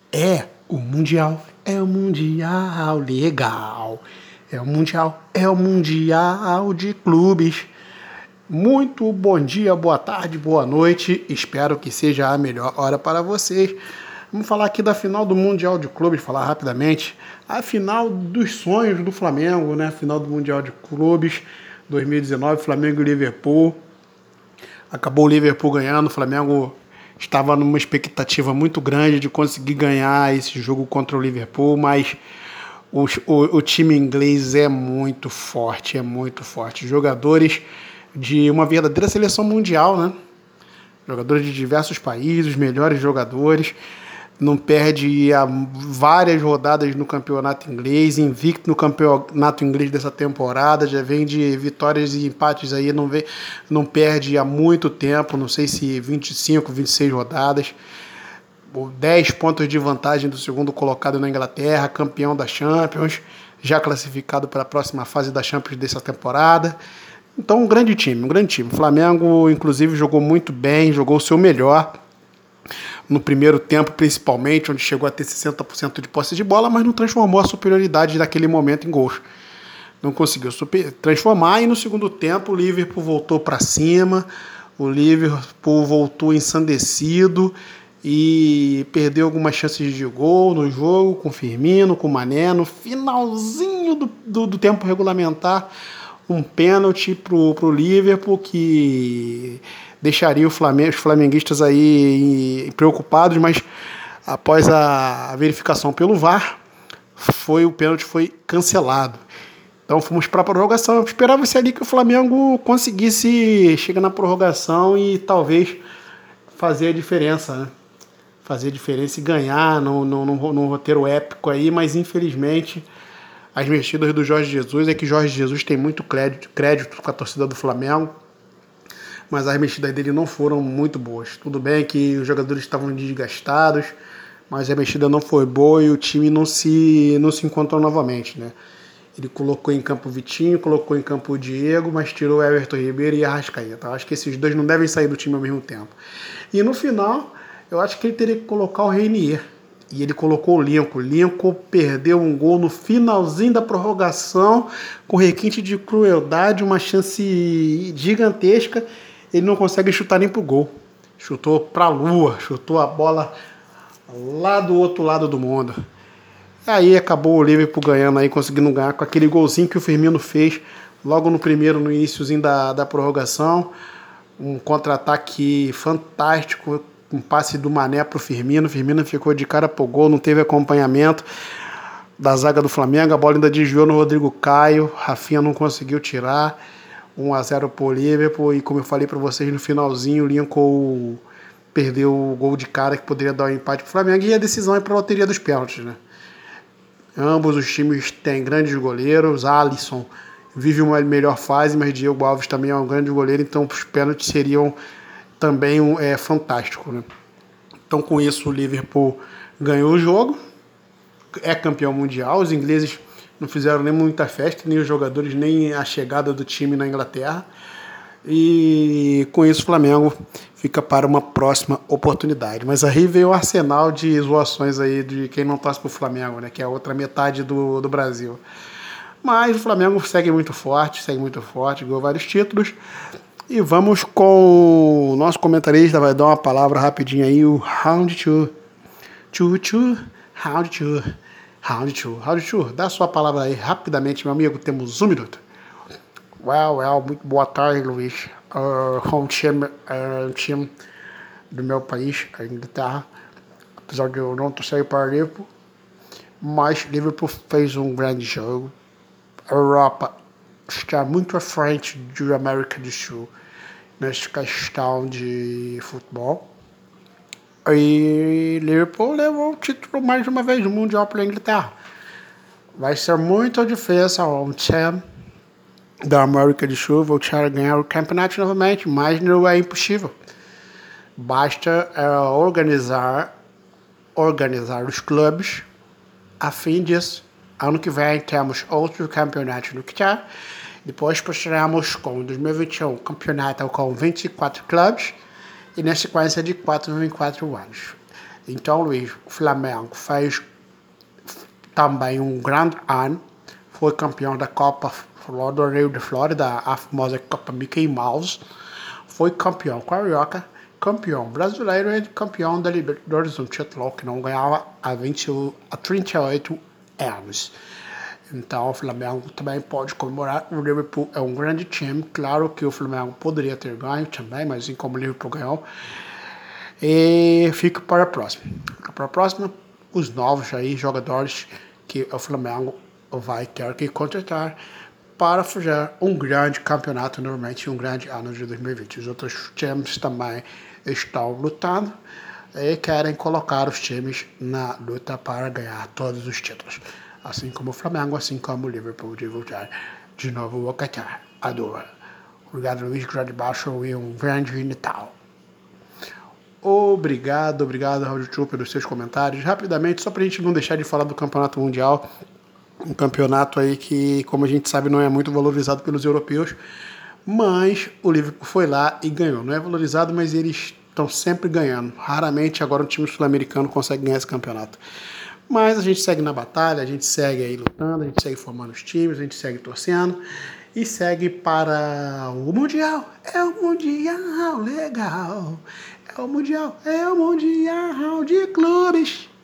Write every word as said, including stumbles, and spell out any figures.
É o Mundial, é o Mundial legal. É o Mundial, é o Mundial de clubes. Muito bom dia, boa tarde, boa noite. Espero que seja a melhor hora para vocês. Vamos falar aqui da final do Mundial de Clubes, falar rapidamente. A final dos sonhos do Flamengo, né? A final do Mundial de Clubes dois mil e dezenove, Flamengo e Liverpool. Acabou o Liverpool ganhando, o Flamengo estava numa expectativa muito grande de conseguir ganhar esse jogo contra o Liverpool, mas o, o, o time inglês é muito forte, é muito forte. Jogadores de uma verdadeira seleção mundial, né? Jogadores de diversos países, melhores jogadores. Não perde há várias rodadas no campeonato inglês, invicto no campeonato inglês dessa temporada, já vem de vitórias e empates aí, não, vem, não perde há muito tempo, não sei se vinte e cinco, vinte e seis rodadas, dez pontos de vantagem do segundo colocado na Inglaterra, campeão da Champions, já classificado para a próxima fase da Champions dessa temporada. Então um grande time, um grande time. O Flamengo, inclusive, jogou muito bem, jogou o seu melhor, no primeiro tempo principalmente, onde chegou a ter sessenta por cento de posse de bola, mas não transformou a superioridade daquele momento em gols. Não conseguiu super, transformar, e no segundo tempo o Liverpool voltou para cima, o Liverpool voltou ensandecido e perdeu algumas chances de gol no jogo, com Firmino, com Mané, no finalzinho do, do, do tempo regulamentar, um pênalti pro, pro Liverpool que deixaria o Flamengo, os flamenguistas aí preocupados, mas após a verificação pelo V A R, foi, o pênalti foi cancelado. Então fomos para a prorrogação. Esperava-se ali que o Flamengo conseguisse chegar na prorrogação e talvez fazer a diferença, né? Fazer a diferença e ganhar no, no, no, no roteiro épico aí, mas infelizmente as mexidas do Jorge Jesus é que Jorge Jesus tem muito crédito, crédito com a torcida do Flamengo, mas as mexidas dele não foram muito boas. Tudo bem que os jogadores estavam desgastados, mas a mexida não foi boa e o time não se, não se encontrou novamente, né? Ele colocou em campo o Vitinho, colocou em campo o Diego, mas tirou o Everton Ribeiro e a Arrascaeta. Eu acho que esses dois não devem sair do time ao mesmo tempo. E no final, eu acho que ele teria que colocar o Reinier. E ele colocou o Lincoln. O Lincoln perdeu um gol no finalzinho da prorrogação, com requinte de crueldade, uma chance gigantesca. Ele não consegue chutar nem pro gol. Chutou pra lua, chutou a bola lá do outro lado do mundo. Aí acabou o Liverpool ganhando aí, conseguindo ganhar com aquele golzinho que o Firmino fez logo no primeiro, no iniciozinho da, da prorrogação. Um contra-ataque fantástico, um passe do Mané pro Firmino. O Firmino ficou de cara pro gol, não teve acompanhamento da zaga do Flamengo. A bola ainda desviou no Rodrigo Caio, Rafinha não conseguiu tirar. um a zero pro Liverpool, e como eu falei para vocês no finalzinho, o Lincoln perdeu o gol de cara que poderia dar um empate pro Flamengo, e a decisão é para a loteria dos pênaltis, né? Ambos os times têm grandes goleiros. Alisson vive uma melhor fase, mas Diego Alves também é um grande goleiro, então os pênaltis seriam também um, é, fantástico, né? Então com isso o Liverpool ganhou o jogo, é campeão mundial. Os ingleses não fizeram nem muita festa, nem os jogadores, nem a chegada do time na Inglaterra. E com isso o Flamengo fica para uma próxima oportunidade. Mas aí veio o arsenal de zoações aí de quem não torce para o Flamengo, né? Que é a outra metade do, do Brasil. Mas o Flamengo segue muito forte, segue muito forte, ganhou vários títulos. E vamos com o nosso comentarista, vai dar uma palavra rapidinho aí, o Round two. Two, two, Round two. Round two, Round two, dá a sua palavra aí rapidamente, meu amigo, temos um minuto. Well, well, muito boa tarde, Luiz. Uh, um time, uh, um time do meu país, a Inglaterra, apesar de eu não torcer para Liverpool, mas Liverpool fez um grande jogo. A Europa está muito à frente da América do Sul nessa questão de futebol. E Liverpool levou o título mais uma vez no Mundial pela Inglaterra. Vai ser muito difícil um time da América do Sul voltar a ganhar o campeonato novamente, mas não é impossível. Basta é, organizar, organizar os clubes a fim disso. Ano que vem temos outro campeonato no Qatar. Depois passaremos com dois mil e vinte e um campeonato com vinte e quatro clubes. E na sequência de quatro em quatro anos. Então, Luiz, o Flamengo fez também um grande ano, foi campeão da Copa do Rio de Flórida, a famosa Copa Mickey Mouse, foi campeão carioca, campeão brasileiro e campeão da Libertadores, um título que não ganhava há, vinte, há trinta e oito anos. Então o Flamengo também pode comemorar. O Liverpool é um grande time, claro que o Flamengo poderia ter ganho também, mas assim como o Liverpool ganhou. E fica para a próxima. Fica para a próxima, os novos aí, jogadores que o Flamengo vai ter que contratar para fazer um grande campeonato, normalmente um grande ano de dois mil e vinte. Os outros times também estão lutando e querem colocar os times na luta para ganhar todos os títulos. Assim como o Flamengo, assim como o Liverpool, de voltar de novo ao Qatar, a Doha. Obrigado, Luiz, grande baixo e um grande Natal. Obrigado, obrigado, Raul Tchu, pelos seus comentários. Rapidamente, só para a gente não deixar de falar do Campeonato Mundial, um campeonato aí que, como a gente sabe, não é muito valorizado pelos europeus, mas o Liverpool foi lá e ganhou. Não é valorizado, mas eles estão sempre ganhando. Raramente agora um time sul-americano consegue ganhar esse campeonato. Mas a gente segue na batalha, a gente segue aí lutando, a gente segue formando os times, a gente segue torcendo e segue para o Mundial. É o Mundial, legal. É o Mundial, é o Mundial de Clubes.